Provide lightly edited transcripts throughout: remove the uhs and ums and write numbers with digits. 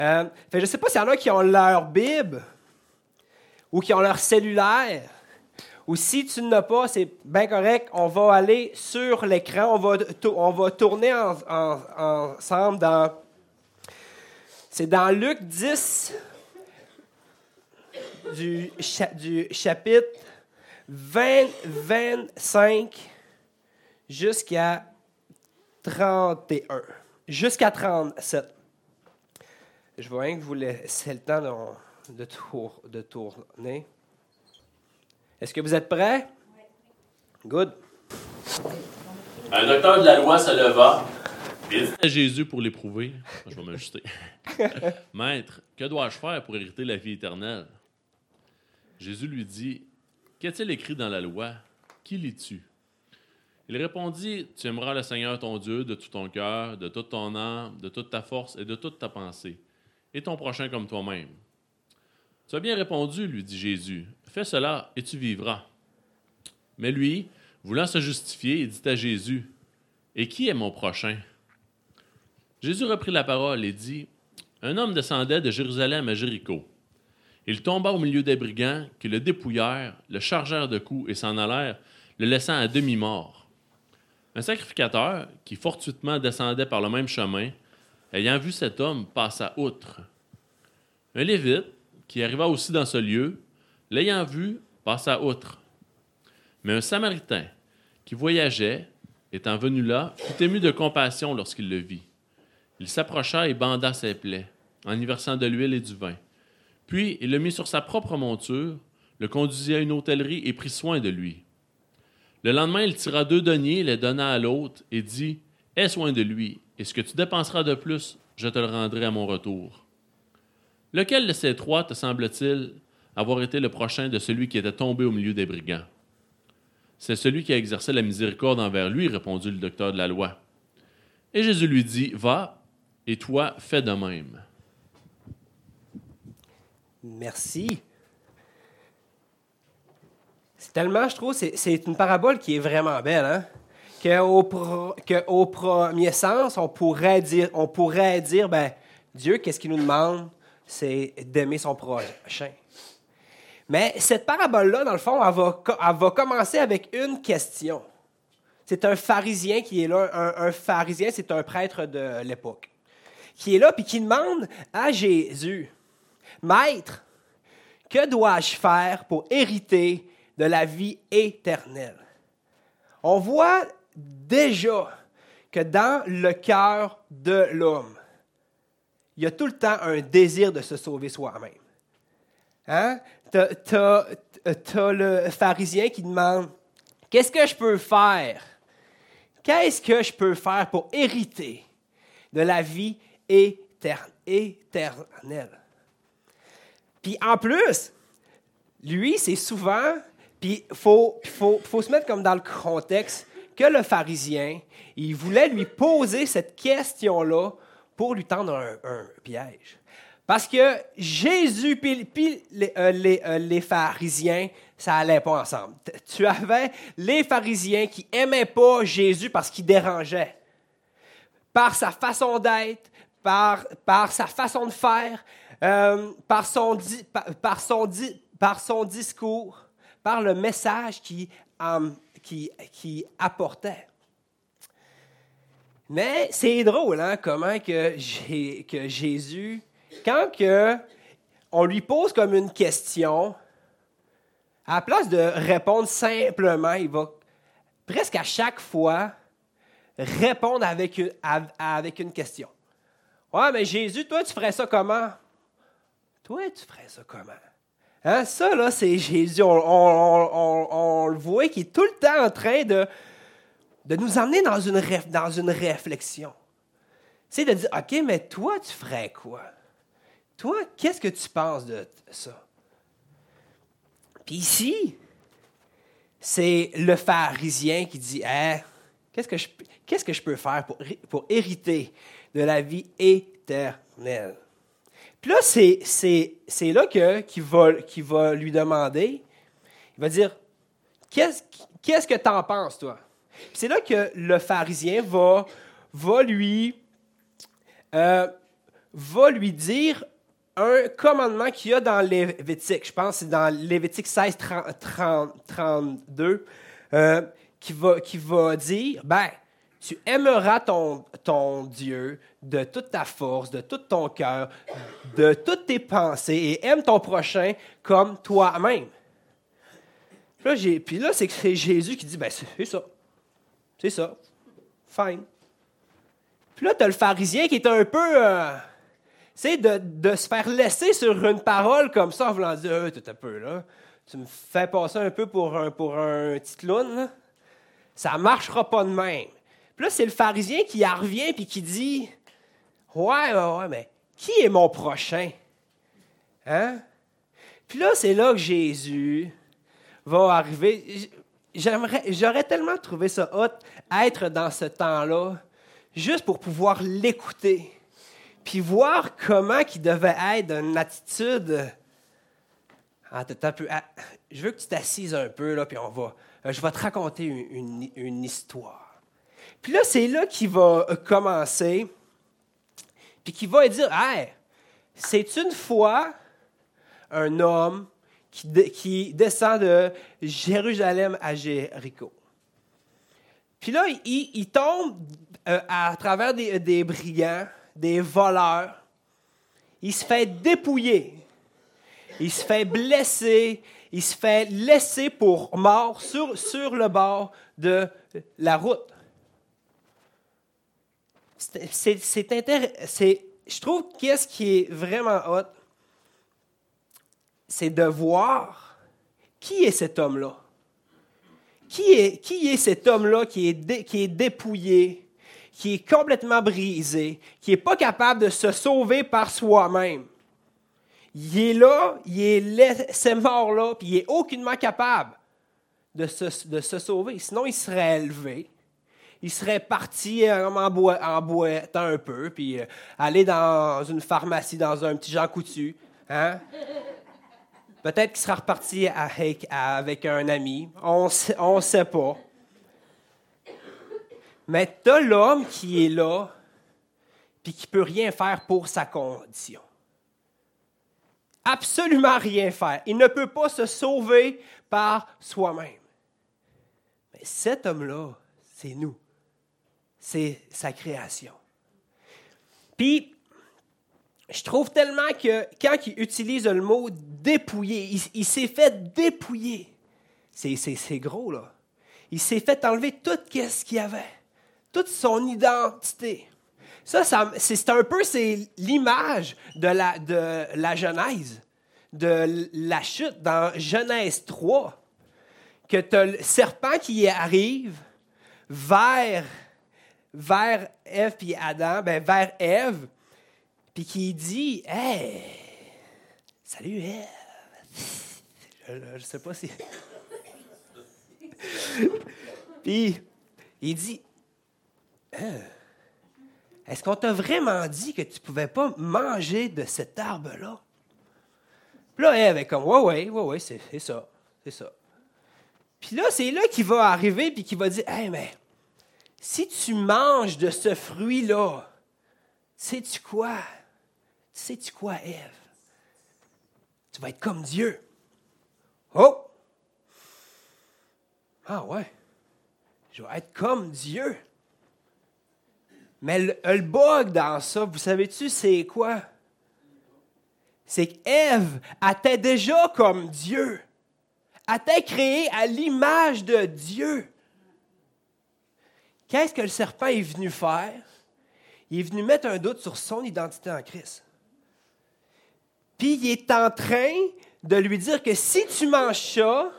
Je ne sais pas s'il y en a qui ont leur Bible ou qui ont leur cellulaire. Ou si tu n'as pas, c'est bien correct, on va aller sur l'écran, on va tourner ensemble dans... C'est dans Luc 10, du chapitre 25 jusqu'à 31, jusqu'à 37. Je vois bien que vous laissez le temps de tourner. Est-ce que vous êtes prêts? Oui. Good. Un docteur de la loi se leva et dit à Jésus pour l'éprouver. Je vais m'ajuster. Maître, que dois-je faire pour hériter la vie éternelle? Jésus lui dit, qu'est-il écrit dans la loi? Qui lis-tu? Il répondit, tu aimeras le Seigneur ton Dieu de tout ton cœur, de toute ton âme, de toute ta force et de toute ta pensée, et ton prochain comme toi-même. Tu as bien répondu, lui dit Jésus. Fais cela et tu vivras. Mais lui, voulant se justifier, il dit à Jésus, et qui est mon prochain? Jésus reprit la parole et dit, un homme descendait de Jérusalem à Jéricho. Il tomba au milieu des brigands qui le dépouillèrent, le chargèrent de coups et s'en allèrent, le laissant à demi-mort. Un sacrificateur, qui fortuitement descendait par le même chemin, ayant vu cet homme, passa outre. Un Lévite, qui arriva aussi dans ce lieu, l'ayant vu, passa outre. Mais un Samaritain, qui voyageait, étant venu là, fut ému de compassion lorsqu'il le vit. Il s'approcha et banda ses plaies, en y versant de l'huile et du vin. Puis il le mit sur sa propre monture, le conduisit à une hôtellerie et prit soin de lui. Le lendemain, il tira 2 deniers, les donna à l'autre et dit, « Aie soin de lui, et ce que tu dépenseras de plus, je te le rendrai à mon retour. » Lequel de ces 3 te semble-t-il avoir été le prochain de celui qui était tombé au milieu des brigands? C'est celui qui a exercé la miséricorde envers lui, répondit le docteur de la loi. Et Jésus lui dit, « Va, et toi, fais de même. » Merci. C'est tellement, je trouve, c'est une parabole qui est vraiment belle, hein? Qu'au premier sens, on pourrait dire, ben, Dieu, qu'est-ce qu'il nous demande? C'est d'aimer son prochain. Mais cette parabole-là, dans le fond, elle va commencer avec une question. C'est un pharisien qui est là. Un pharisien, c'est un prêtre de l'époque, qui est là et qui demande à Jésus, « Maître, que dois-je faire pour hériter de la vie éternelle? » On voit déjà que dans le cœur de l'homme, il y a tout le temps un désir de se sauver soi-même. Hein? T'as le pharisien qui demande, « Qu'est-ce que je peux faire? Qu'est-ce que je peux faire pour hériter de la vie éternelle? » Puis en plus, lui, c'est souvent, puis il faut se mettre comme dans le contexte que le pharisien, il voulait lui poser cette question-là pour lui tendre un piège. Parce que Jésus puis les pharisiens, ça n'allait pas ensemble. Tu avais les pharisiens qui n'aimaient pas Jésus parce qu'il dérangeait. Par sa façon d'être, par sa façon de faire, par son discours, par le message qu'il apportait. Mais c'est drôle, hein, comment que Jésus, quand on lui pose comme une question, à la place de répondre simplement, il va presque à chaque fois répondre avec une question. « Ouais, mais Jésus, toi, tu ferais ça comment? » « Toi, tu ferais ça comment? » Hein? Ça, là, c'est Jésus. On le voit qui est tout le temps en train de nous emmener dans une réflexion. C'est de dire, « OK, mais toi, tu ferais quoi? Toi, qu'est-ce que tu penses de ça? » Puis ici, c'est le pharisien qui dit, « Qu'est-ce que je peux faire pour hériter de la vie éternelle? » Puis là, c'est là qu'il va lui demander, il va dire, « Qu'est-ce que tu en penses, toi? » Puis c'est là que le pharisien va lui va lui dire un commandement qu'il y a dans Lévitique. Je pense que c'est dans Lévitique 16, 32, qui va dire, tu aimeras ton Dieu de toute ta force, de tout ton cœur, de toutes tes pensées, et aime ton prochain comme toi-même. Puis là, c'est que c'est Jésus qui dit, c'est ça. C'est ça. Fine. Puis là, tu as le pharisien qui est un peu... de se faire laisser sur une parole comme ça en voulant dire, t'es un peu là. Tu me fais passer un peu pour un petit clown, là. Ça ne marchera pas de même. Puis là, c'est le pharisien qui en revient et qui dit, ouais, mais qui est mon prochain? Hein? Puis là, c'est là que Jésus va arriver. J'aurais tellement trouvé ça hot, être dans ce temps-là, juste pour pouvoir l'écouter. Puis voir comment il devait être d'une attitude. Je veux que tu t'assises un peu, là, puis je vais te raconter une histoire. Puis là, c'est là qu'il va commencer, puis qu'il va dire, hey, c'est une fois un homme qui descend de Jérusalem à Jéricho. Puis là, il tombe à travers des brigands, des voleurs. Il se fait dépouiller. Il se fait blesser. Il se fait laisser pour mort sur le bord de la route. C'est intéressant. Je trouve qu'est-ce qui est vraiment hot, c'est de voir qui est cet homme-là. Qui est cet homme-là qui est dépouillé, qui est complètement brisé, qui n'est pas capable de se sauver par soi-même. Il est là, il est laissé mort là, puis il n'est aucunement capable de se sauver. Sinon, il serait élevé. Il serait parti en boitant un peu, puis aller dans une pharmacie, dans un petit Jean Coutu. Hein? Peut-être qu'il sera reparti avec un ami. On ne sait pas. Mais tu as l'homme qui est là, puis qui ne peut rien faire pour sa condition. Absolument rien faire. Il ne peut pas se sauver par soi-même. Mais cet homme-là, c'est nous. C'est sa création. Puis, je trouve tellement que quand il utilise le mot « dépouiller », il s'est fait dépouiller. C'est gros, là. Il s'est fait enlever tout ce qu'il y avait. Toute son identité. Ça c'est un peu l'image de la Genèse, de la chute dans Genèse 3, que tu as le serpent qui arrive vers Ève et Adam, vers Ève, puis qui dit « Hey, salut Ève! » Je ne sais pas si... Puis, il dit est-ce qu'on t'a vraiment dit que tu ne pouvais pas manger de cet arbre-là? Puis là, Ève est comme, ouais, c'est ça. Puis là, c'est là qu'il va arriver et qu'il va dire, hey, mais si tu manges de ce fruit-là, sais-tu quoi, Ève? Tu vas être comme Dieu. Oh! Ah ouais, je vais être comme Dieu. Mais le bug dans ça, vous savez-tu, c'est quoi? C'est qu'Ève était déjà comme Dieu. Elle était créée à l'image de Dieu. Qu'est-ce que le serpent est venu faire? Il est venu mettre un doute sur son identité en Christ. Puis il est en train de lui dire que si tu manges ça,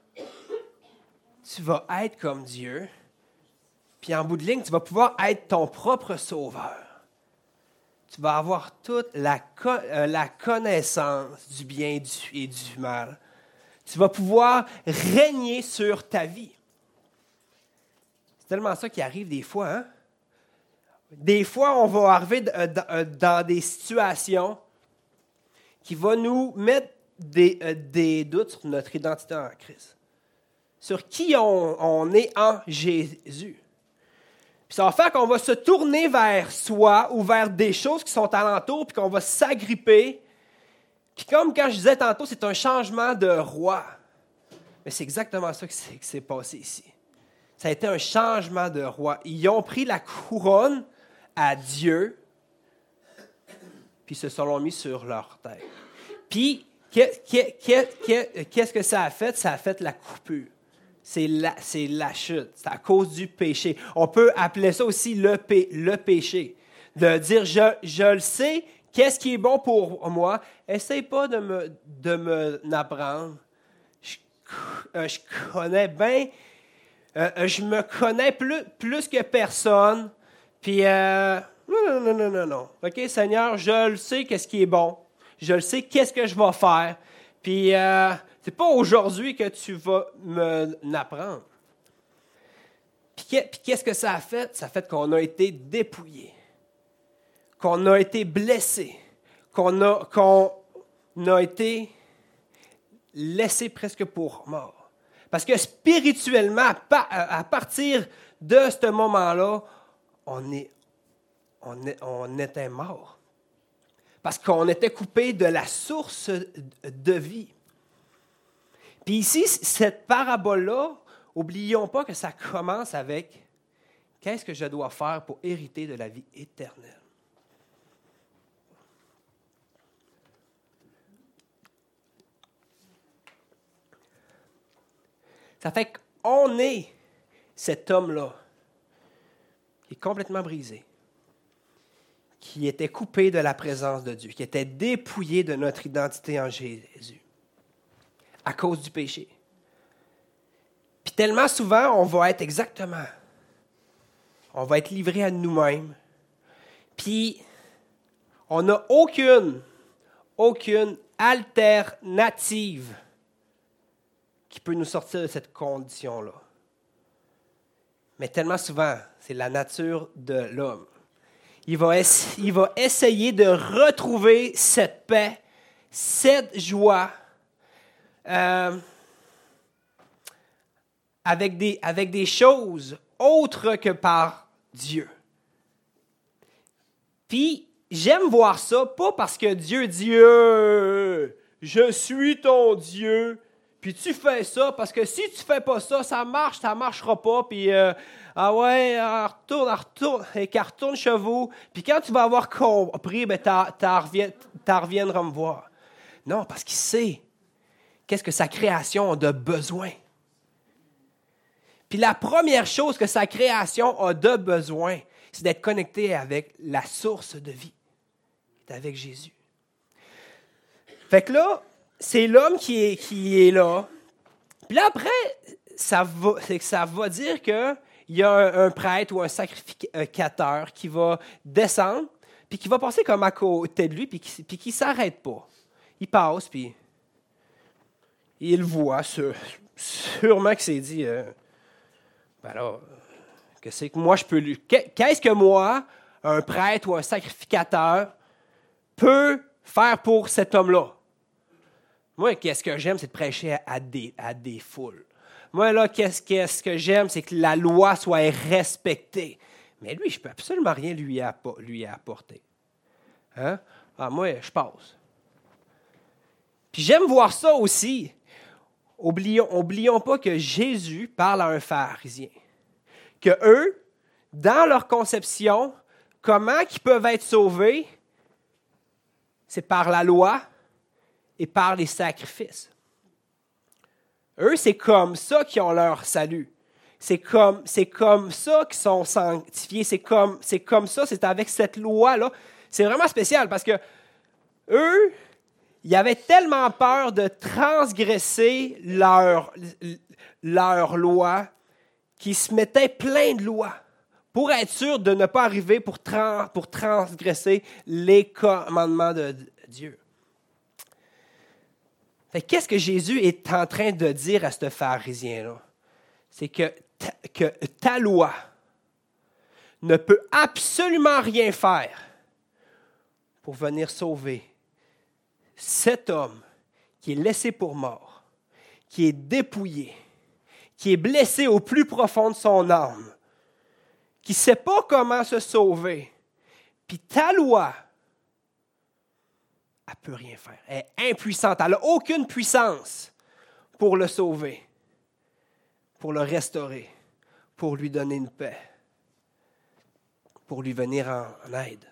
tu vas être comme Dieu. Puis en bout de ligne, tu vas pouvoir être ton propre sauveur. Tu vas avoir toute la connaissance du bien et du mal. Tu vas pouvoir régner sur ta vie. C'est tellement ça qui arrive des fois. Hein? Des fois, on va arriver dans des situations qui vont nous mettre des doutes sur notre identité en Christ. Sur qui on est en Jésus. Puis ça va faire qu'on va se tourner vers soi ou vers des choses qui sont alentour, puis qu'on va s'agripper. Puis comme quand je disais tantôt, c'est un changement de roi. Mais c'est exactement ça qui s'est passé ici. Ça a été un changement de roi. Ils ont pris la couronne à Dieu, puis se sont mis sur leur tête. Puis, qu'est-ce que ça a fait? Ça a fait la coupure. C'est la chute. C'est à cause du péché. On peut appeler ça aussi le péché. De dire, je le sais, qu'est-ce qui est bon pour moi? Essaye pas de me n'apprendre. Je connais bien, je me connais plus que personne. Puis, non. OK, Seigneur, je le sais qu'est-ce qui est bon. Je le sais qu'est-ce que je vais faire. Puis, c'est pas aujourd'hui que tu vas m'apprendre. Puis, qu'est-ce que ça a fait? Ça a fait qu'on a été dépouillés, qu'on a été blessés, qu'on a été laissés presque pour morts. Parce que spirituellement, à partir de ce moment-là, on était morts. Parce qu'on était coupé de la source de vie. Puis ici, cette parabole-là, n'oublions pas que ça commence avec « Qu'est-ce que je dois faire pour hériter de la vie éternelle? » Ça fait qu'on est cet homme-là qui est complètement brisé, qui était coupé de la présence de Dieu, qui était dépouillé de notre identité en Jésus à cause du péché. Puis tellement souvent, on va être livré à nous-mêmes, puis on n'a aucune alternative qui peut nous sortir de cette condition-là. Mais tellement souvent, c'est la nature de l'homme. Il va essayer de retrouver cette paix, cette joie, avec des choses autres que par Dieu. Puis, j'aime voir ça, pas parce que Dieu dit je suis ton Dieu, puis tu fais ça, parce que si tu fais pas ça, ça marchera pas, puis retourne, et qu'elle retourne chez vous, puis quand tu vas avoir compris, ben t'en reviendras me voir. Non, parce qu'il sait qu'est-ce que sa création a de besoin. Puis la première chose que sa création a de besoin, c'est d'être connecté avec la source de vie, qui est avec Jésus. Fait que là, c'est l'homme qui est là. Puis là, après, ça va dire qu'il y a un prêtre ou un sacrificateur qui va descendre, puis qui va passer comme à côté de lui, puis qui ne s'arrête pas. Il passe, puis il voit, sûrement qu'il s'est dit, ben là, qu'est-ce que moi je peux lui... Qu'est-ce que moi, un prêtre ou un sacrificateur, peut faire pour cet homme-là? Moi, qu'est-ce que j'aime, c'est de prêcher à des foules. Moi, là, qu'est-ce que j'aime, c'est que la loi soit respectée. Mais lui, je ne peux absolument rien lui apporter. Hein? Moi, je passe. Puis j'aime voir ça aussi. Oublions pas que Jésus parle à un pharisien. Que eux, dans leur conception, comment ils peuvent être sauvés, c'est par la loi et par les sacrifices. Eux, c'est comme ça qu'ils ont leur salut. C'est comme ça qu'ils sont sanctifiés. C'est comme ça, c'est avec cette loi-là. C'est vraiment spécial parce que eux, ils avaient tellement peur de transgresser leur loi qu'ils se mettaient plein de lois pour être sûr de ne pas arriver pour transgresser les commandements de Dieu. Fait, qu'est-ce que Jésus est en train de dire à ce pharisien-là? C'est que ta loi ne peut absolument rien faire pour venir sauver cet homme qui est laissé pour mort, qui est dépouillé, qui est blessé au plus profond de son âme, qui ne sait pas comment se sauver. Puis ta loi, elle ne peut rien faire. Elle est impuissante. Elle n'a aucune puissance pour le sauver, pour le restaurer, pour lui donner une paix, pour lui venir en aide.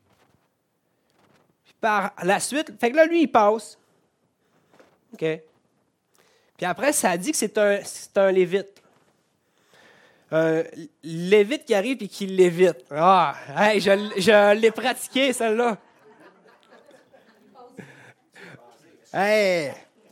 Puis par la suite, fait que là, lui, il passe. OK. Puis après, ça dit que c'est un lévite. Un lévite qui arrive et qui lévite. Ah, hey, je l'ai pratiqué, celle-là. Hey!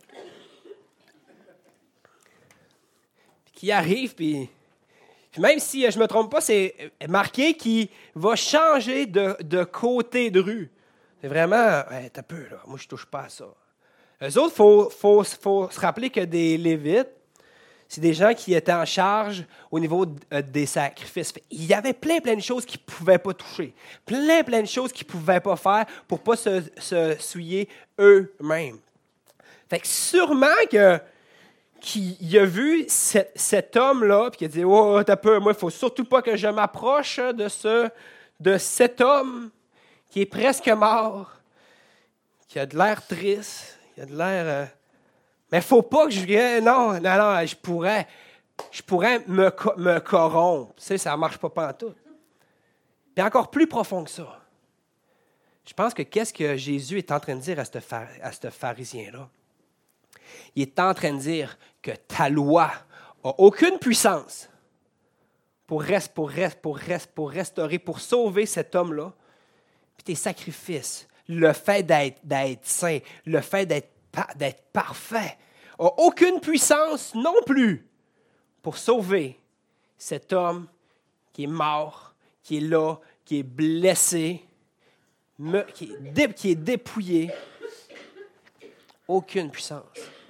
Qui arrive, puis même si je ne me trompe pas, c'est marqué qu'il va changer de côté de rue. C'est vraiment, t'as peu, là. Moi, je ne touche pas à ça. Eux autres, il faut se rappeler que des Lévites, c'est des gens qui étaient en charge au niveau des sacrifices. Il y avait plein de choses qu'ils ne pouvaient pas toucher. Plein de choses qu'ils ne pouvaient pas faire pour ne pas se souiller eux-mêmes. Fait que sûrement qu'il a vu cet homme-là, puis qu'il a dit « Oh, t'as peur, moi, il ne faut surtout pas que je m'approche de cet homme qui est presque mort, qui a de l'air triste, qui a de l'air... mais il ne faut pas que je... Non, je pourrais me corrompre. Tu sais, ça ne marche pas pantoute. » Puis encore plus profond que ça. Je pense que qu'est-ce que Jésus est en train de dire à ce pharisien-là? Il est en train de dire que ta loi n'a aucune puissance pour restaurer, pour sauver cet homme-là. Puis tes sacrifices, le fait d'être saint, le fait d'être parfait, n'a aucune puissance non plus pour sauver cet homme qui est mort, qui est là, qui est blessé, qui est dépouillé. Aucune puissance.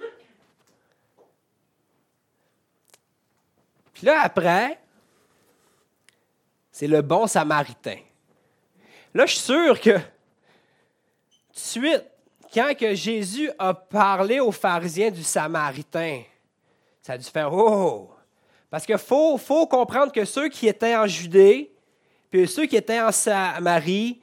Puis là, après, c'est le bon samaritain. Là, je suis sûr que, tout de suite, quand que Jésus a parlé aux pharisiens du samaritain, ça a dû faire « Oh! » Parce qu'il faut comprendre que ceux qui étaient en Judée, puis ceux qui étaient en Samarie,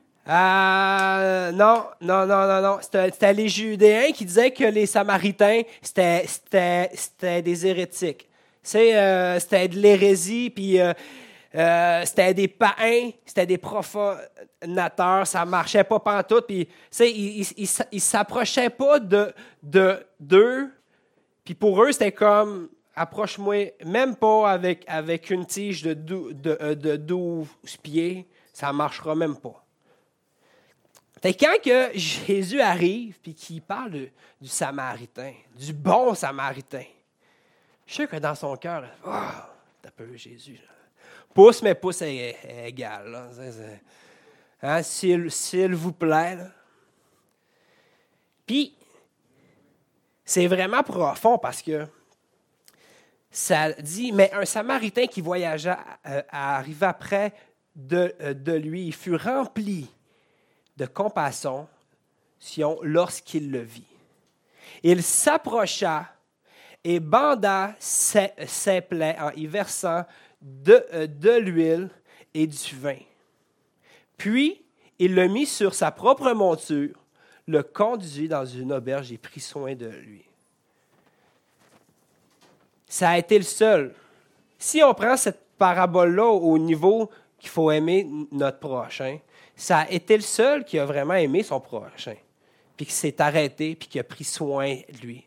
non. C'était les Judéens qui disaient que les Samaritains, c'était des hérétiques. C'était de l'hérésie, puis c'était des païens, c'était des profanateurs, ça ne marchait pas pantoute, puis ils ne s'approchaient pas d'eux, puis pour eux, c'était comme, approche-moi, même pas avec une tige de 12 pieds, ça ne marchera même pas. Fait que quand que Jésus arrive et qu'il parle du Samaritain, du bon Samaritain, je sais que dans son cœur, t'as peu Jésus. Là. Pouce, mais pouce est égal. Là. Hein, s'il vous plaît. Là. Puis, c'est vraiment profond parce que ça dit, mais un Samaritain qui voyageait arriva près de lui, il fut rempli de compassion lorsqu'il le vit. Il s'approcha et banda ses plaies en y versant de l'huile et du vin. Puis, il le mit sur sa propre monture, le conduisit dans une auberge et prit soin de lui. Ça a été le seul. Si on prend cette parabole-là au niveau qu'il faut aimer notre prochain, ça a été le seul qui a vraiment aimé son prochain, puis qui s'est arrêté, puis qui a pris soin de lui.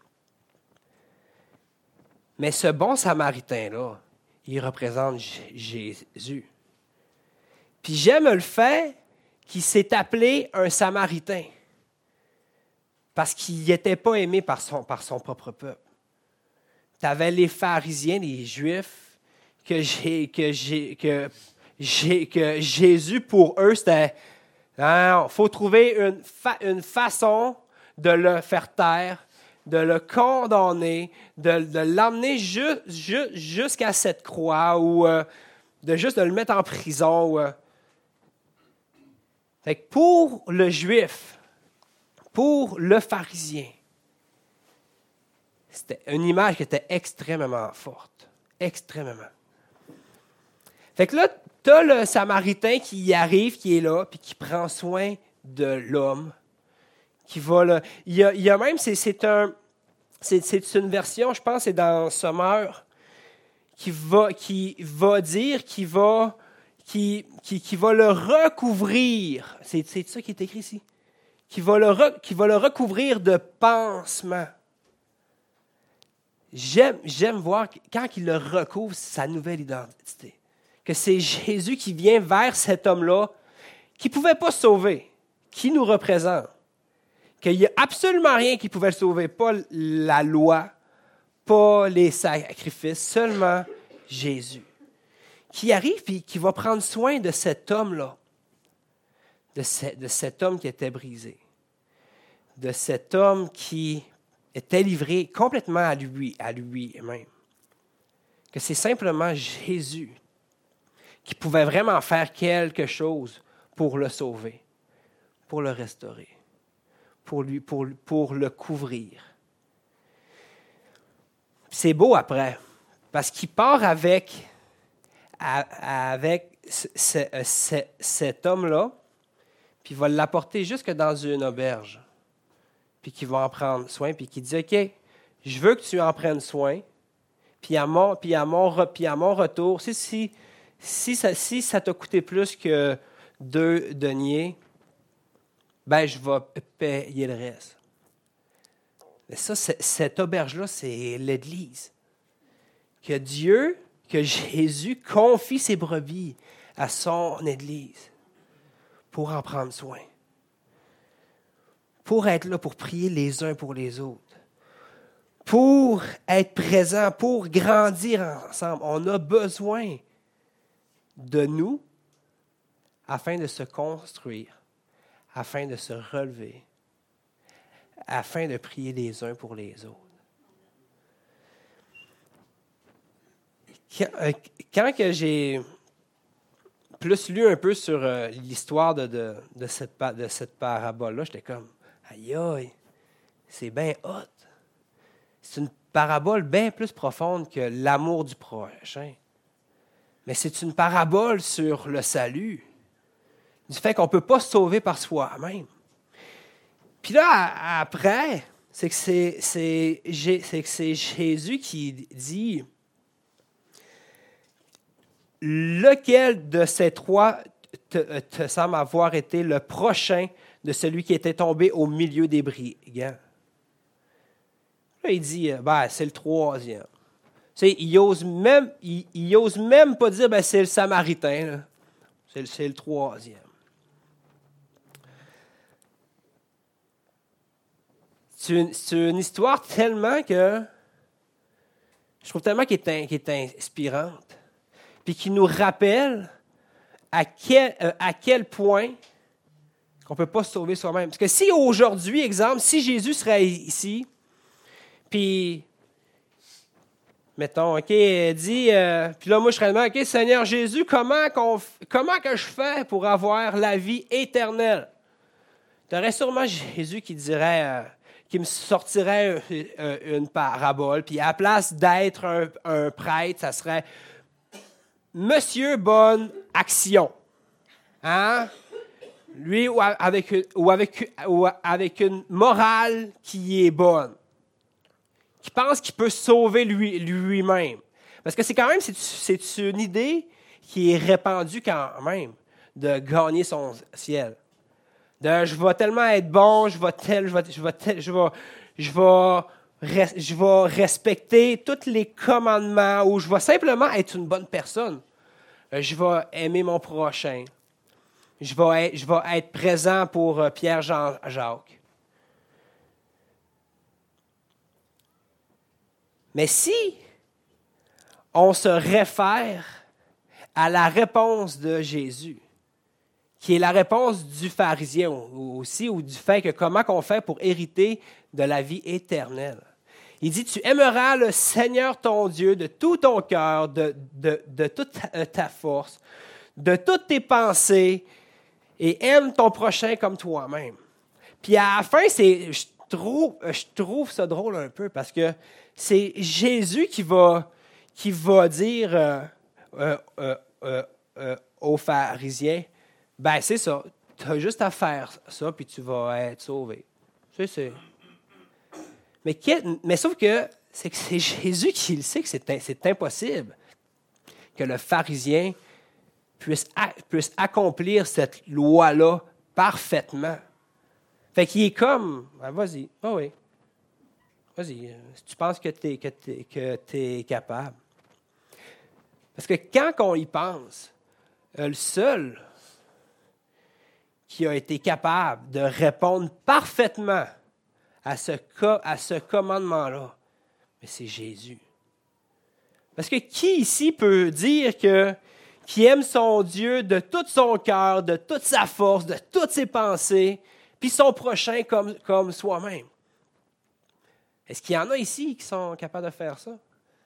Mais ce bon Samaritain-là, il représente Jésus. Puis j'aime le fait qu'il s'est appelé un Samaritain, parce qu'il n'était pas aimé par son propre peuple. Tu avais les pharisiens, les Juifs, que Jésus, pour eux, c'était il faut trouver une façon de le faire taire, de le condamner, de l'emmener jusqu'à cette croix ou de juste de le mettre en prison. Fait que pour le Juif, pour le pharisien, c'était une image qui était extrêmement forte. Extrêmement. Fait que là, tu as le Samaritain qui y arrive, qui est là, puis qui prend soin de l'homme. Qui va là. Il y a même, c'est une version, je pense, c'est dans Sommeur, qui va dire, qui va le recouvrir. C'est ça qui est écrit ici. Qui va le recouvrir de pansements. J'aime voir quand il le recouvre, sa nouvelle identité. Que c'est Jésus qui vient vers cet homme-là, qui ne pouvait pas se sauver, qui nous représente. Qu'il n'y a absolument rien qui pouvait le sauver, pas la loi, pas les sacrifices, seulement Jésus. Qui arrive et qui va prendre soin de cet homme-là, de cet homme qui était brisé, de cet homme qui était livré complètement à lui-même. Que c'est simplement Jésus qui pouvait vraiment faire quelque chose pour le sauver, pour le restaurer, pour le couvrir. C'est beau après, parce qu'il part avec cet homme-là, puis il va l'apporter jusque dans une auberge, puis qu'il va en prendre soin, puis qu'il dit, OK, je veux que tu en prennes soin, puis à mon retour, si ça t'a coûté plus que 2 deniers, ben je vais payer le reste. Mais ça, cette auberge-là, c'est l'Église. Que Jésus confie ses brebis à son Église pour en prendre soin. Pour être là, pour prier les uns pour les autres. Pour être présent, pour grandir ensemble. On a besoin de nous afin de se construire, afin de se relever, afin de prier les uns pour les autres. Quand que j'ai plus lu un peu sur l'histoire de cette parabole-là, j'étais comme, aïe aïe, c'est bien hot. C'est une parabole bien plus profonde que l'amour du prochain. Mais c'est une parabole sur le salut, du fait qu'on ne peut pas se sauver par soi-même. Puis là, après, c'est que c'est Jésus qui dit, lequel de ces trois te semble avoir été le prochain de celui qui était tombé au milieu des brigands? Là, il dit, c'est le troisième. Tu sais, il n'ose même pas dire, c'est le Samaritain. Là. C'est le troisième. C'est une histoire tellement que je trouve tellement qu'elle est inspirante. Puis qui nous rappelle à quel point qu'on ne peut pas se sauver soi-même. Parce que si aujourd'hui, exemple, si Jésus serait ici, puis, mettons, OK, dit, puis là, moi, je serais demandé, OK, Seigneur Jésus, comment que je fais pour avoir la vie éternelle? Tu aurais sûrement Jésus qui dirait, qui me sortirait une parabole, puis à la place d'être un prêtre, ça serait Monsieur Bonne Action. Hein? Lui, ou avec une morale qui est bonne. Qui pense qu'il peut se sauver lui-même. Parce que c'est quand même, c'est une idée qui est répandue quand même, de gagner son ciel. Je vais tellement être bon, je vais respecter tous les commandements, ou je vais simplement être une bonne personne. Je vais aimer mon prochain. Je vais être présent pour Pierre, Jean, Jacques. Mais si on se réfère à la réponse de Jésus, qui est la réponse du pharisien aussi, ou du fait que comment on fait pour hériter de la vie éternelle. Il dit, tu aimeras le Seigneur ton Dieu de tout ton cœur, de toute ta force, de toutes tes pensées, et aime ton prochain comme toi-même. Puis à la fin, je trouve ça drôle un peu, parce que c'est Jésus qui va dire aux pharisiens, ben c'est ça, tu as juste à faire ça, puis tu vas être sauvé. C'est. Mais sauf que c'est Jésus qui le sait que c'est impossible que le pharisien puisse accomplir cette loi-là parfaitement. Fait qu'il est comme, ben vas-y, oui, vas-y, si tu penses que tu es capable. Parce que quand on y pense, le seul qui a été capable de répondre parfaitement à ce commandement-là, mais c'est Jésus. Parce que qui ici peut dire qu'il aime son Dieu de tout son cœur, de toute sa force, de toutes ses pensées, puis son prochain comme soi-même? Est-ce qu'il y en a ici qui sont capables de faire ça?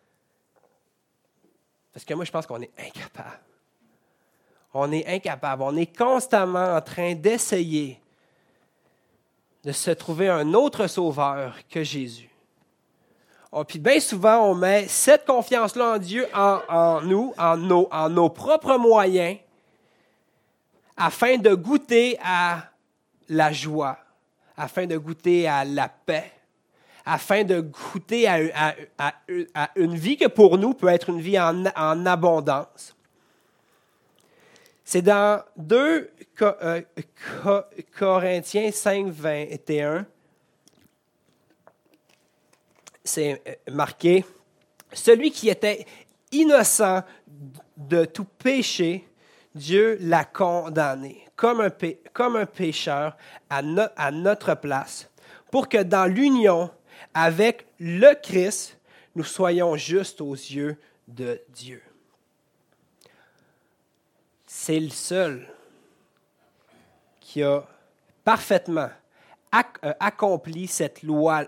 Parce que moi, je pense qu'on est incapable. On est incapable. On est constamment en train d'essayer de se trouver un autre sauveur que Jésus. Puis bien souvent, on met cette confiance-là en Dieu, en nous, en nos propres moyens, afin de goûter à la joie, afin de goûter à la paix, afin de goûter à une vie que pour nous peut être une vie en abondance. C'est dans 2 Corinthiens 5, 21. C'est marqué, « Celui qui était innocent de tout péché, Dieu l'a condamné comme un pécheur à notre place, pour que dans l'union avec le Christ, nous soyons justes aux yeux de Dieu. » C'est le seul qui a parfaitement accompli cette loi-là,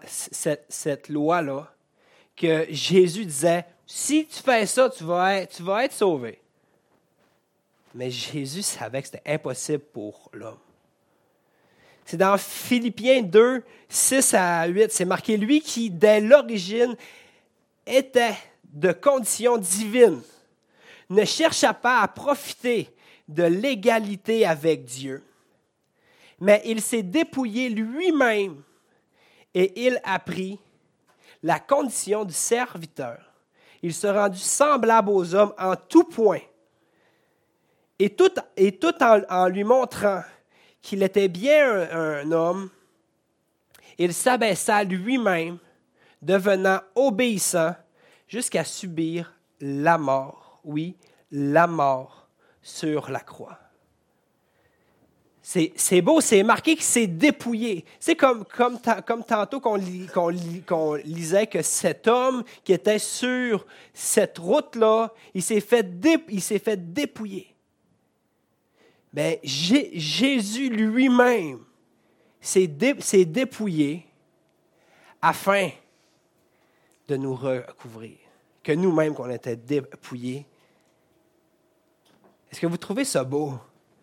que Jésus disait, si tu fais ça, tu vas être sauvé. Mais Jésus savait que c'était impossible pour l'homme. C'est dans Philippiens 2, 6 à 8, c'est marqué, lui qui, dès l'origine, était de condition divine, ne chercha pas à profiter de l'égalité avec Dieu, mais il s'est dépouillé lui-même et il a pris la condition du serviteur. Il se rendit semblable aux hommes en tout point, et tout en lui montrant qu'il était bien un homme, il s'abaissa lui-même, devenant obéissant jusqu'à subir la mort. Oui, la mort sur la croix. C'est beau, c'est marqué qu'il s'est dépouillé. C'est comme tantôt qu'on lisait que cet homme qui était sur cette route-là, il s'est fait dépouiller. Ben, Jésus lui-même s'est dépouillé afin de nous recouvrir. Que nous-mêmes, qu'on était dépouillés. Est-ce que vous trouvez ça beau?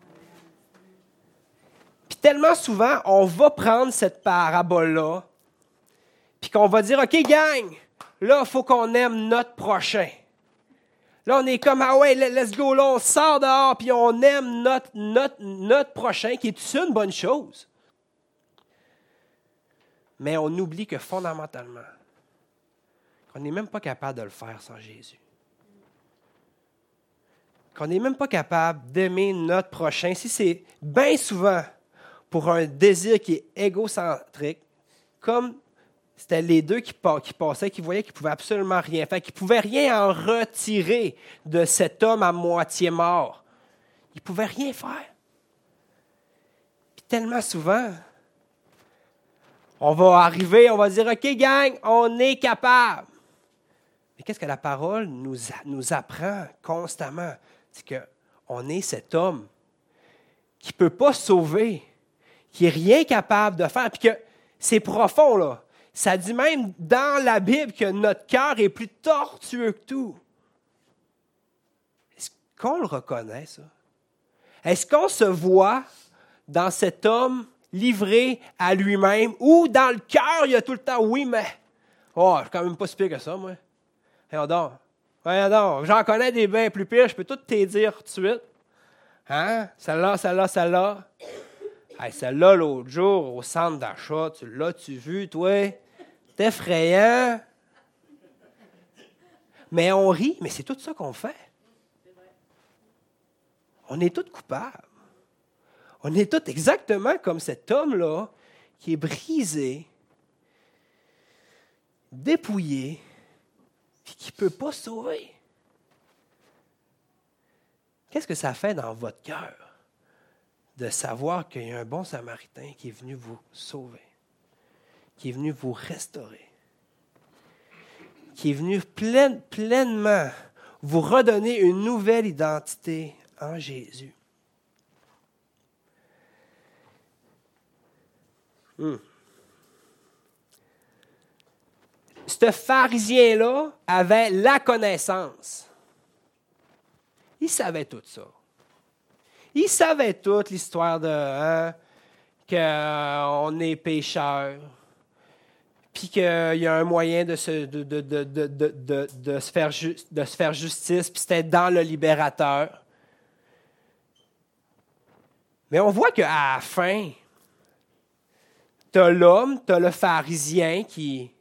Puis tellement souvent, on va prendre cette parabole-là, puis qu'on va dire, OK, gang, là, il faut qu'on aime notre prochain. Là, on est comme, ah ouais, let's go, là, on sort dehors, puis on aime notre prochain, qui est une bonne chose. Mais on oublie que fondamentalement, qu'on n'est même pas capable de le faire sans Jésus. Qu'on n'est même pas capable d'aimer notre prochain. Si c'est bien souvent pour un désir qui est égocentrique, comme c'était les deux qui passaient, qui voyaient qu'ils ne pouvaient absolument rien faire, qu'ils ne pouvaient rien en retirer de cet homme à moitié mort. Ils ne pouvaient rien faire. Puis tellement souvent, on va arriver, on va dire, OK, gang, on est capable. Mais qu'est-ce que la parole nous apprend constamment? C'est qu'on est cet homme qui ne peut pas sauver, qui n'est rien capable de faire, puis que c'est profond, là. Ça dit même dans la Bible que notre cœur est plus tortueux que tout. Est-ce qu'on le reconnaît, ça? Est-ce qu'on se voit dans cet homme livré à lui-même, ou dans le cœur, il y a tout le temps, oui, mais, oh, je suis quand même pas si pire que ça, moi. Et on dort. Voyons donc, j'en connais des bains plus pires, je peux tout te dire tout de suite. Hein? Celle-là, celle-là, celle-là. Hey, celle-là, l'autre jour, au centre d'achat, tu l'as-tu vu, toi? C'est effrayant. Mais on rit, mais c'est tout ça qu'on fait. On est tous coupables. On est tous exactement comme cet homme-là qui est brisé, dépouillé, et qui ne peut pas se sauver. Qu'est-ce que ça fait dans votre cœur de savoir qu'il y a un bon Samaritain qui est venu vous sauver, qui est venu vous restaurer, qui est venu pleinement vous redonner une nouvelle identité en Jésus? Ce pharisien-là avait la connaissance. Il savait tout ça. Il savait toute l'histoire de qu'on est pécheur, puis qu'il y a un moyen de se faire justice, puis c'était dans le libérateur. Mais on voit qu'à la fin, tu as l'homme, tu as le pharisien qui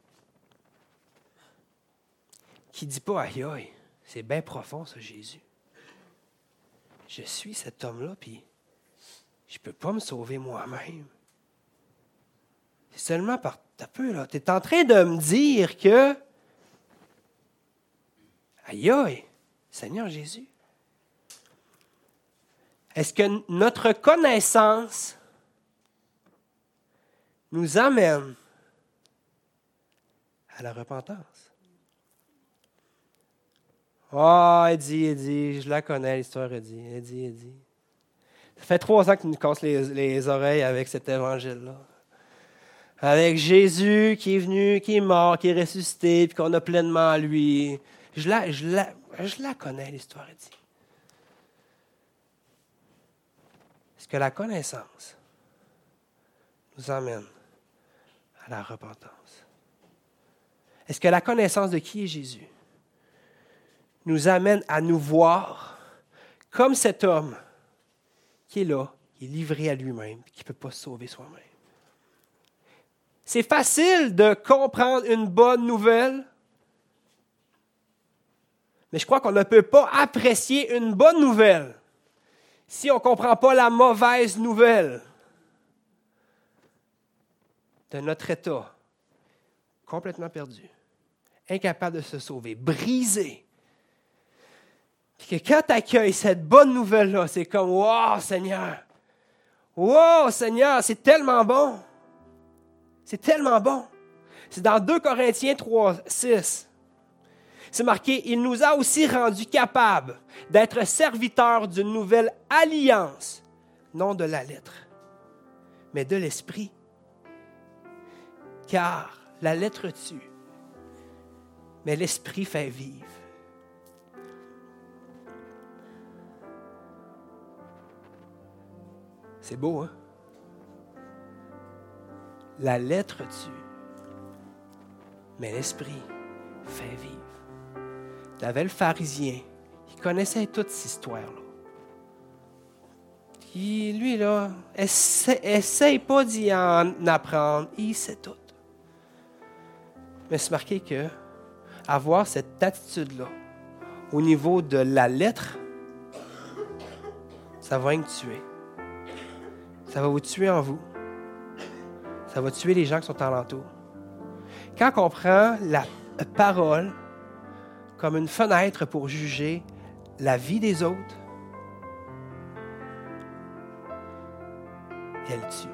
dit pas, aïe, aïe, c'est bien profond, ça, Jésus. Je suis cet homme-là, puis je ne peux pas me sauver moi-même. C'est seulement par ta peu, là. Tu es en train de me dire que, aïe, aïe, Seigneur Jésus, est-ce que notre connaissance nous amène à la repentance? Elle dit, je la connais, l'histoire, elle dit. Ça fait 3 ans que tu nous casses les oreilles avec cet évangile-là. Avec Jésus qui est venu, qui est mort, qui est ressuscité, puis qu'on a pleinement à lui. Je la connais, l'histoire, elle dit. Est-ce que la connaissance nous amène à la repentance? Est-ce que la connaissance de qui est Jésus nous amène à nous voir comme cet homme qui est là, qui est livré à lui-même, qui ne peut pas se sauver soi-même? C'est facile de comprendre une bonne nouvelle, mais je crois qu'on ne peut pas apprécier une bonne nouvelle si on ne comprend pas la mauvaise nouvelle de notre état complètement perdu, incapable de se sauver, brisé. Puis que quand tu accueilles cette bonne nouvelle-là, c'est comme « Wow, Seigneur! Wow, Seigneur, c'est tellement bon! » C'est tellement bon! C'est dans 2 Corinthiens 3, 6. C'est marqué « Il nous a aussi rendus capables d'être serviteurs d'une nouvelle alliance, non de la lettre, mais de l'esprit. Car la lettre tue, mais l'esprit fait vivre. » C'est beau, hein? La lettre tue, mais l'esprit fait vivre. Tu avais le pharisien, il connaissait toute cette histoire-là. Puis lui, là, essaye pas d'y en apprendre, il sait tout. Mais c'est marqué que avoir cette attitude-là au niveau de la lettre, ça va me tuer. Ça va vous tuer en vous. Ça va tuer les gens qui sont alentour. Quand on prend la parole comme une fenêtre pour juger la vie des autres, elle tue.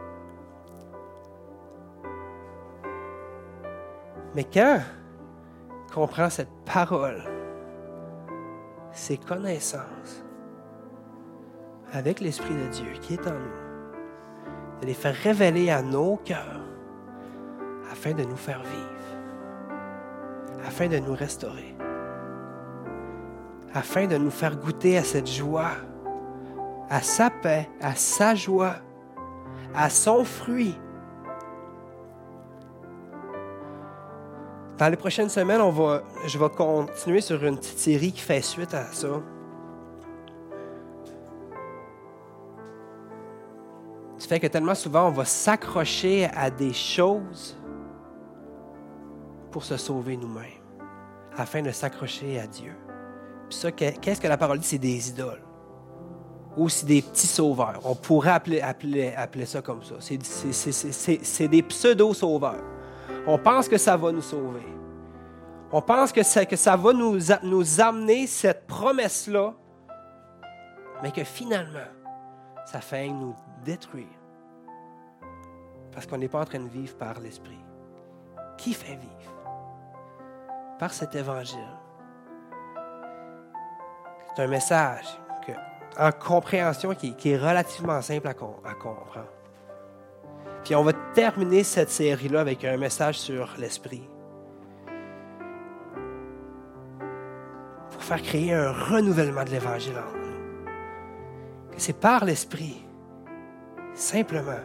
Mais quand on prend cette parole, ces connaissances, avec l'Esprit de Dieu qui est en nous, de les faire révéler à nos cœurs afin de nous faire vivre, afin de nous restaurer, afin de nous faire goûter à cette joie, à sa paix, à sa joie, à son fruit. Dans les prochaines semaines, je vais continuer sur une petite série qui fait suite à ça. Du fait que tellement souvent, on va s'accrocher à des choses pour se sauver nous-mêmes, afin de s'accrocher à Dieu. Puis ça, qu'est-ce que la parole dit? C'est des idoles. Ou c'est des petits sauveurs. On pourrait appeler ça comme ça. C'est des pseudo-sauveurs. On pense que ça va nous sauver. On pense que ça va nous amener cette promesse-là, mais que finalement, ça fait nous détruire. Parce qu'on n'est pas en train de vivre par l'Esprit. Qui fait vivre? Par cet évangile. C'est un message en compréhension qui est relativement simple à comprendre. Puis on va terminer cette série-là avec un message sur l'Esprit. Pour faire créer un renouvellement de l'Évangile en nous. Que c'est par l'Esprit, simplement,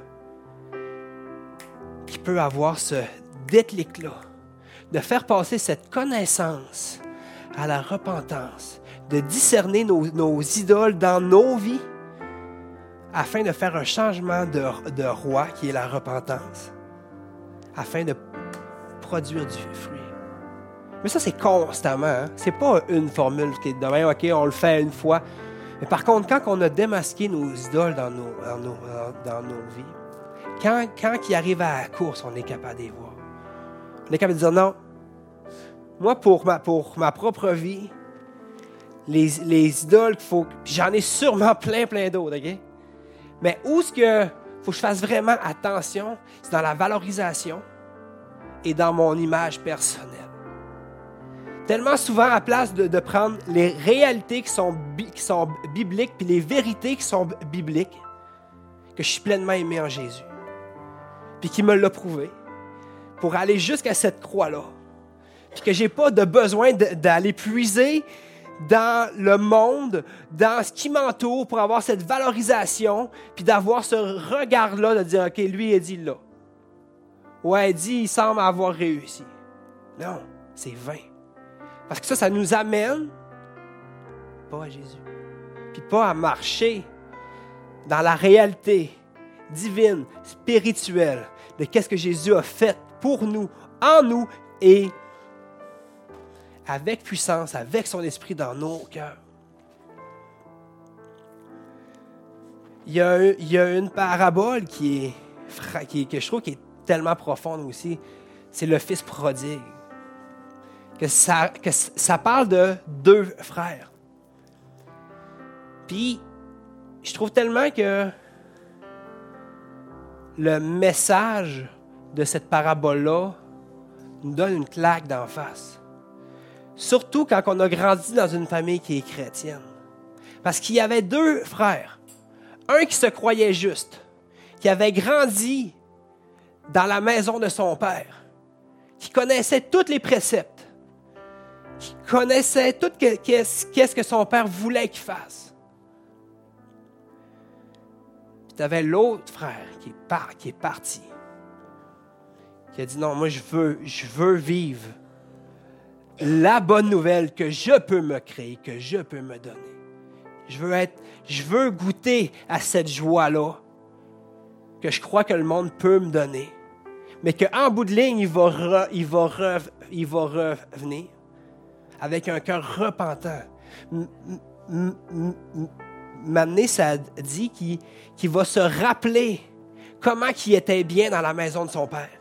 qui peut avoir ce déclic-là, de faire passer cette connaissance à la repentance, de discerner nos idoles dans nos vies, afin de faire un changement de roi qui est la repentance, afin de produire du fruit. Mais ça, c'est constamment. Hein? C'est pas une formule qui est demain, OK, on le fait une fois. Mais par contre, quand on a démasqué nos idoles dans nos vies, quand ils arrivent à la course, on est capable de les voir. On est capable de dire non. Moi, pour ma propre vie, les idoles qu'il faut. J'en ai sûrement plein d'autres, OK? Mais où est-ce que faut que je fasse vraiment attention, c'est dans la valorisation et dans mon image personnelle. Tellement souvent, à place de prendre les réalités qui sont bibliques puis les vérités qui sont bibliques, que je suis pleinement aimé en Jésus, puis qu'il me l'a prouvé, pour aller jusqu'à cette croix-là, puis que je n'ai pas de besoin d'aller puiser dans le monde, dans ce qui m'entoure, pour avoir cette valorisation, puis d'avoir ce regard-là, de dire, OK, lui, il dit là. Ouais, il dit, il semble avoir réussi. Non, c'est vain. Parce que ça nous amène pas à Jésus. Puis pas à marcher dans la réalité divine, spirituelle, de qu'est-ce que Jésus a fait pour nous, en nous, et avec puissance, avec son esprit dans nos cœurs. Il y a une parabole que je trouve qui est tellement profonde aussi. C'est le fils prodigue. Que ça parle de deux frères. Puis, je trouve tellement que le message de cette parabole-là nous donne une claque d'en face. Surtout quand on a grandi dans une famille qui est chrétienne. Parce qu'il y avait deux frères. Un qui se croyait juste, qui avait grandi dans la maison de son père, qui connaissait tous les préceptes, qui connaissait tout qu'est-ce que son père voulait qu'il fasse. Puis tu avais l'autre frère qui est parti, qui a dit non, moi je veux vivre la bonne nouvelle que je peux me créer, que je peux me donner. Je veux goûter à cette joie-là que je crois que le monde peut me donner, mais qu'en bout de ligne, il va revenir avec un cœur repentant. M'amener, ça dit qu'il va se rappeler comment il était bien dans la maison de son père.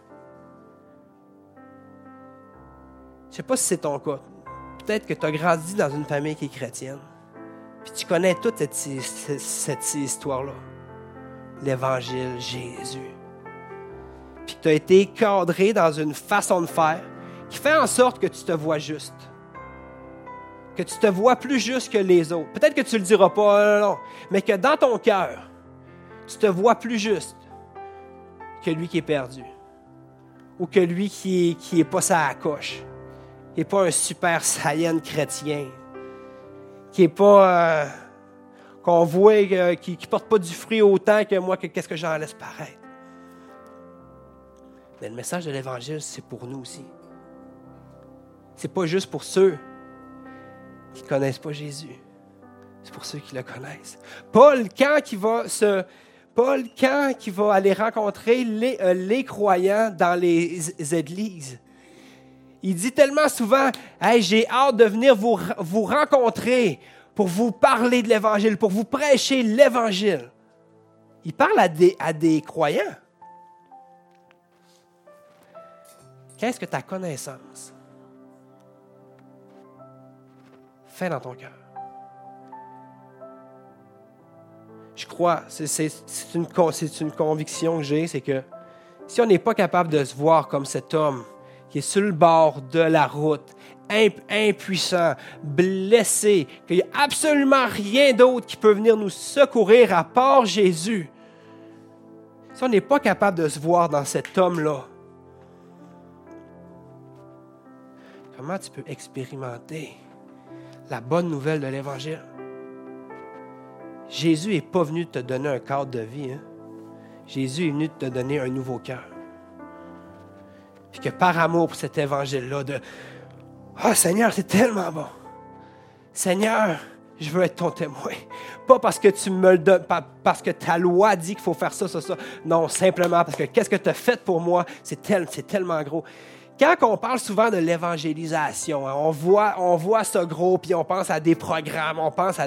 Je ne sais pas si c'est ton cas. Peut-être que tu as grandi dans une famille qui est chrétienne. Puis tu connais toute cette histoire-là. L'Évangile, Jésus. Puis tu as été cadré dans une façon de faire qui fait en sorte que tu te vois juste. Que tu te vois plus juste que les autres. Peut-être que tu ne le diras pas, non. Mais que dans ton cœur, tu te vois plus juste que lui qui est perdu. Ou que lui qui est pas sa coche. Qui n'est pas un super saiyan chrétien, qui n'est pas, qu'on voit, qui ne porte pas du fruit autant que moi, qu'est-ce que j'en laisse paraître. Mais le message de l'Évangile, c'est pour nous aussi. c'est pas juste pour ceux qui ne connaissent pas Jésus. C'est pour ceux qui le connaissent. Paul, quand il va aller rencontrer les croyants dans les églises, il dit tellement souvent, « Hey, j'ai hâte de venir vous rencontrer pour vous parler de l'Évangile, pour vous prêcher l'Évangile. » Il parle à des croyants. Qu'est-ce que ta connaissance fait dans ton cœur? Je crois, c'est une conviction que j'ai, c'est que si on n'est pas capable de se voir comme cet homme qui est sur le bord de la route, impuissant, blessé, qu'il n'y a absolument rien d'autre qui peut venir nous secourir à part Jésus, si on n'est pas capable de se voir dans cet homme-là, comment tu peux expérimenter la bonne nouvelle de l'Évangile? Jésus n'est pas venu te donner un cadre de vie. Hein? Jésus est venu te donner un nouveau cœur. Puis que par amour pour cet Évangile-là, « Seigneur, c'est tellement bon. Seigneur, je veux être ton témoin. » Pas parce que tu me le donnes, pas parce que ta loi dit qu'il faut faire ça, ça, ça. Non, simplement parce que qu'est-ce que tu as fait pour moi, c'est tellement gros. Quand on parle souvent de l'évangélisation, hein, on voit ça gros, puis on pense à des programmes, on pense à...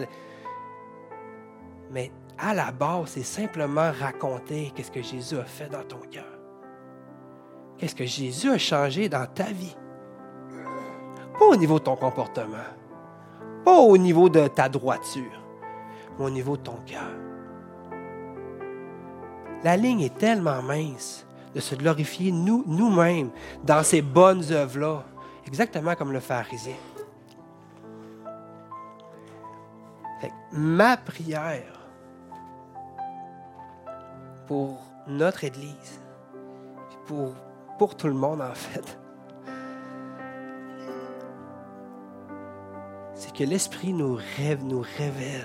Mais à la base, c'est simplement raconter qu'est-ce que Jésus a fait dans ton cœur. Qu'est-ce que Jésus a changé dans ta vie. Pas au niveau de ton comportement, pas au niveau de ta droiture, mais au niveau de ton cœur. La ligne est tellement mince de se glorifier nous-mêmes dans ces bonnes œuvres-là, exactement comme le pharisien. Fait que ma prière pour notre Église, pour tout le monde en fait, c'est que l'Esprit nous révèle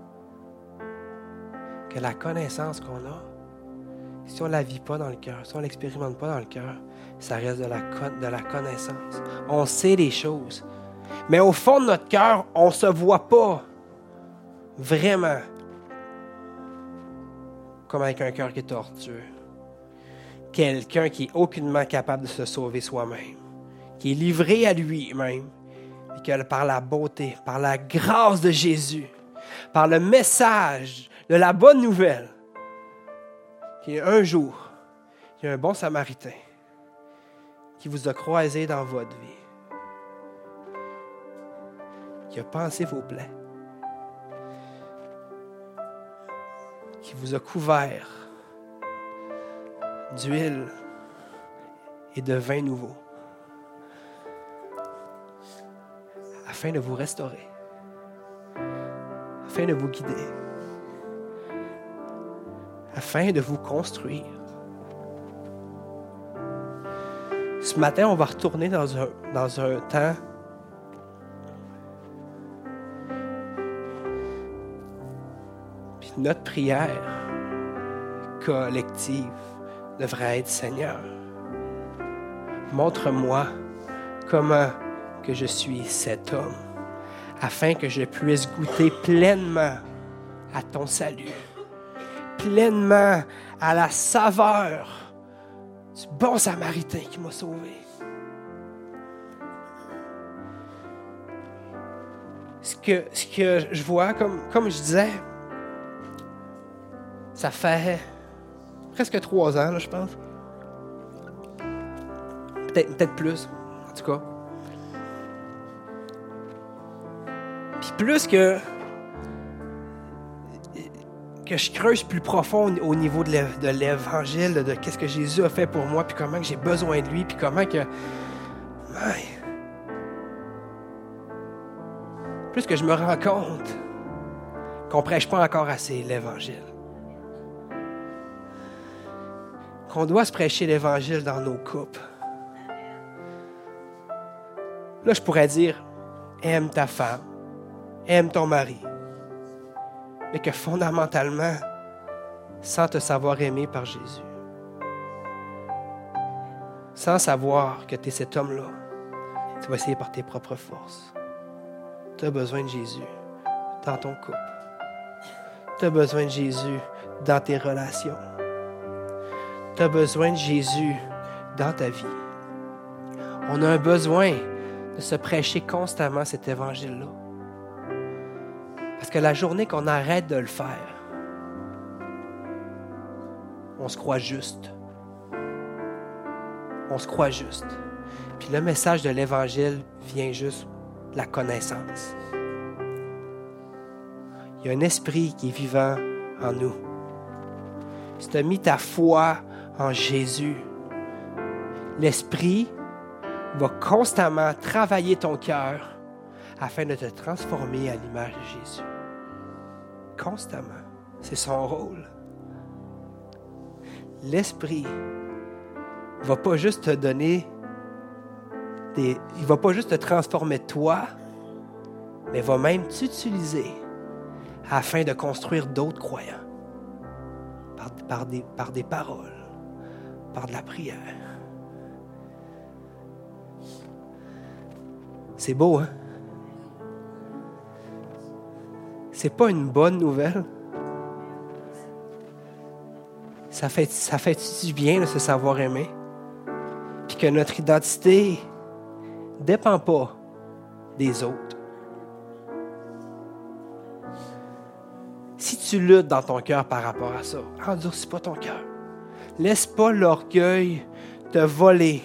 que la connaissance qu'on a, si on ne la vit pas dans le cœur, si on ne l'expérimente pas dans le cœur, ça reste de la connaissance. On sait les choses, mais au fond de notre cœur, on ne se voit pas vraiment comme avec un cœur qui est tortueux. Quelqu'un qui est aucunement capable de se sauver soi-même, qui est livré à lui-même, et que par la beauté, par la grâce de Jésus, par le message de la bonne nouvelle, qu'un jour, il y a un bon Samaritain qui vous a croisé dans votre vie, qui a pansé vos plaies, qui vous a couvert d'huile et de vin nouveau, afin de vous restaurer, afin de vous guider, afin de vous construire. Ce matin, on va retourner dans un temps puis notre prière collective devrait être: Seigneur, montre-moi comment que je suis cet homme, afin que je puisse goûter pleinement à ton salut, pleinement à la saveur du bon Samaritain qui m'a sauvé. Ce que je vois, comme je disais, ça fait presque 3 ans, là, je pense. Peut-être plus, en tout cas. Puis plus que je creuse plus profond au niveau de l'Évangile, de qu'est-ce que Jésus a fait pour moi, puis comment que j'ai besoin de lui, puis comment que... Plus que je me rends compte qu'on ne prêche pas encore assez l'Évangile. Qu'on doit se prêcher l'Évangile dans nos couples. Là, je pourrais dire, aime ta femme, aime ton mari. Mais que fondamentalement, sans te savoir aimé par Jésus, sans savoir que tu es cet homme-là, Tu vas essayer par tes propres forces. Tu as besoin de Jésus dans ton couple. Tu as besoin de Jésus dans tes relations. Tu as besoin de Jésus dans ta vie. On a un besoin de se prêcher constamment cet évangile-là. Parce que la journée qu'on arrête de le faire, on se croit juste. On se croit juste. Puis le message de l'Évangile vient juste de la connaissance. Il y a un esprit qui est vivant en nous. Si tu as mis ta foi en Jésus, l'esprit va constamment travailler ton cœur afin de te transformer à l'image de Jésus. Constamment. C'est son rôle. L'esprit ne va pas juste te donner il ne va pas juste te transformer toi, mais va même t'utiliser afin de construire d'autres croyants par des paroles, par de la prière. C'est beau, hein? C'est pas une bonne nouvelle? Ça fait du bien de se savoir aimer. Puis que notre identité ne dépend pas des autres. Si tu luttes dans ton cœur par rapport à ça, endurcis pas ton cœur. Laisse pas l'orgueil te voler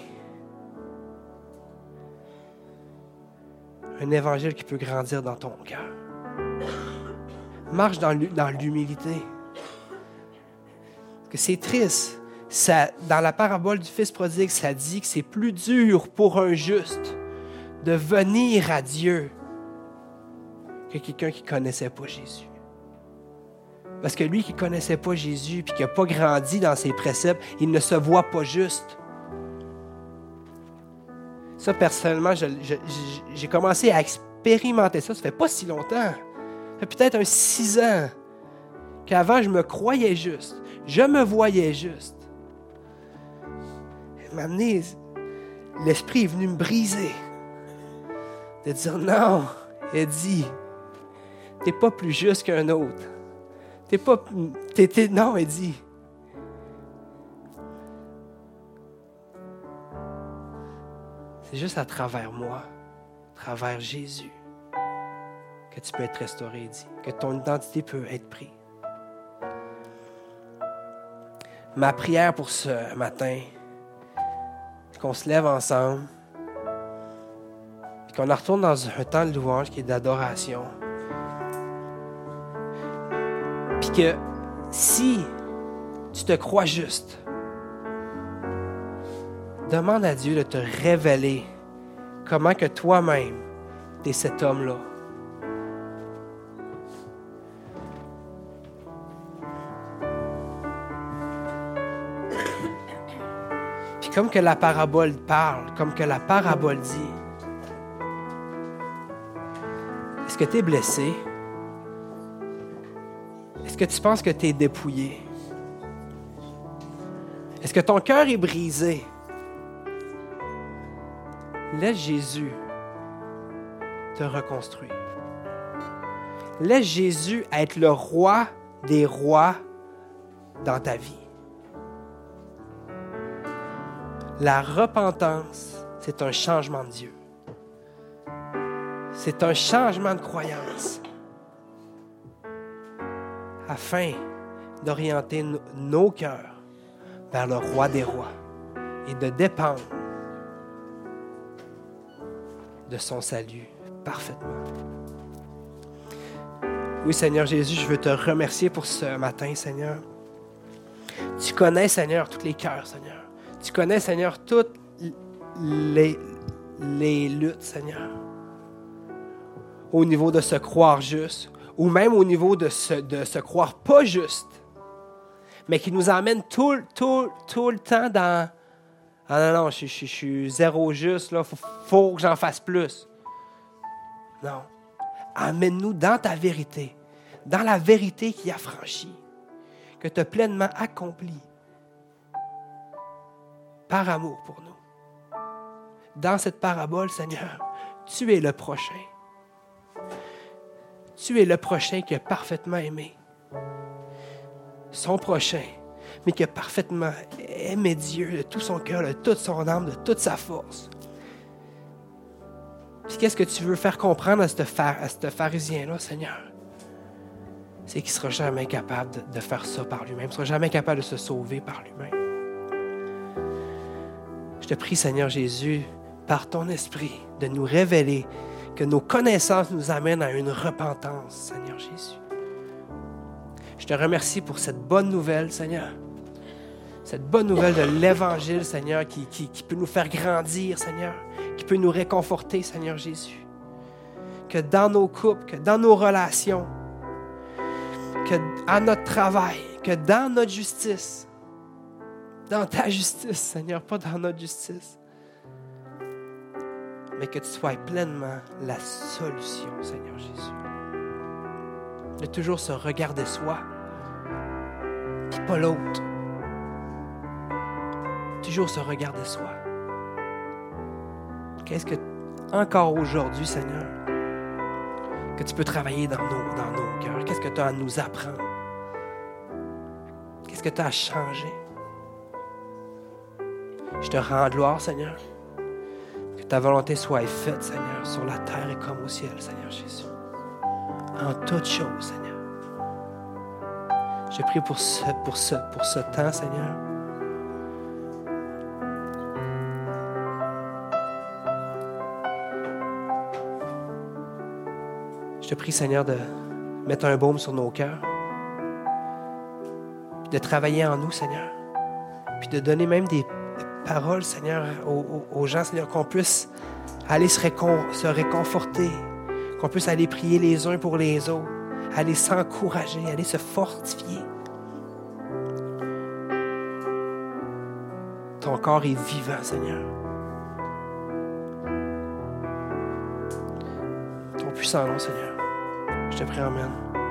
un évangile qui peut grandir dans ton cœur. Marche dans l'humilité. Parce que c'est triste. Dans la parabole du Fils prodigue, ça dit que c'est plus dur pour un juste de venir à Dieu que quelqu'un qui ne connaissait pas Jésus. Parce que lui qui ne connaissait pas Jésus et qui n'a pas grandi dans ses préceptes, il ne se voit pas juste. Ça, personnellement, j'ai commencé à expérimenter ça. Ça fait pas si longtemps. Ça fait peut-être 6 ans qu'avant, je me croyais juste. Je me voyais juste. M'amener, l'esprit est venu me briser. De dire non, Eddie, t'es pas plus juste qu'un autre. Non, Eddie. C'est juste à travers moi, à travers Jésus, que tu peux être restauré, Eddie, que ton identité peut être prise. Ma prière pour ce matin, c'est qu'on se lève ensemble, et qu'on retourne dans un temps de louange qui est d'adoration. Puis que si tu te crois juste, demande à Dieu de te révéler comment que toi-même, tu es cet homme-là. Puis comme que la parabole parle, comme que la parabole dit, est-ce que tu es blessé? Est-ce que tu penses que tu es dépouillé? Est-ce que ton cœur est brisé? Laisse Jésus te reconstruire. Laisse Jésus être le roi des rois dans ta vie. La repentance, c'est un changement de Dieu. C'est un changement de croyance afin d'orienter nos cœurs vers le roi des rois et de dépendre de son salut parfaitement. Oui, Seigneur Jésus, je veux te remercier pour ce matin, Seigneur. Tu connais, Seigneur, tous les cœurs, Seigneur. Tu connais, Seigneur, toutes les luttes, Seigneur. Au niveau de se croire juste, ou même au niveau de se croire pas juste, mais qui nous emmène tout le temps dans « Ah non, je suis zéro juste, là, faut que j'en fasse plus. » Non. Amène-nous dans ta vérité, dans la vérité qui a franchi, que tu as pleinement accompli par amour pour nous. dans cette parabole, Seigneur, tu es le prochain. Tu es le prochain qui a parfaitement aimé son prochain, mais qui a parfaitement aimé Dieu de tout son cœur, de toute son âme, de toute sa force. Puis qu'est-ce que tu veux faire comprendre à ce pharisien-là, Seigneur? C'est qu'il ne sera jamais capable de faire ça par lui-même. Il ne sera jamais capable de se sauver par lui-même. Je te prie, Seigneur Jésus, par ton esprit, de nous révéler que nos connaissances nous amènent à une repentance, Seigneur Jésus. Je te remercie pour cette bonne nouvelle, Seigneur. Cette bonne nouvelle de l'Évangile, Seigneur, qui peut nous faire grandir, Seigneur, qui peut nous réconforter, Seigneur Jésus. Que dans nos couples, que dans nos relations, que à notre travail, que dans notre justice, dans ta justice, Seigneur, pas dans notre justice, mais que tu sois pleinement la solution, Seigneur Jésus. De toujours se regarder soi, puis pas l'autre. Toujours se regarder soi. Qu'est-ce que, encore aujourd'hui, Seigneur, que tu peux travailler dans nos cœurs? Qu'est-ce que tu as à nous apprendre? Qu'est-ce que tu as à changer? Je te rends gloire, Seigneur. Que ta volonté soit faite, Seigneur, sur la terre et comme au ciel, Seigneur Jésus. En toutes choses, Seigneur. Je prie pour ce temps, Seigneur. Je te prie, Seigneur, de mettre un baume sur nos cœurs, puis de travailler en nous, Seigneur, puis de donner même des paroles, Seigneur, aux gens, Seigneur, qu'on puisse aller se réconforter, qu'on puisse aller prier les uns pour les autres, aller s'encourager, aller se fortifier. Ton corps est vivant, Seigneur. Ton puissant nom, Seigneur. Je te prie, amen.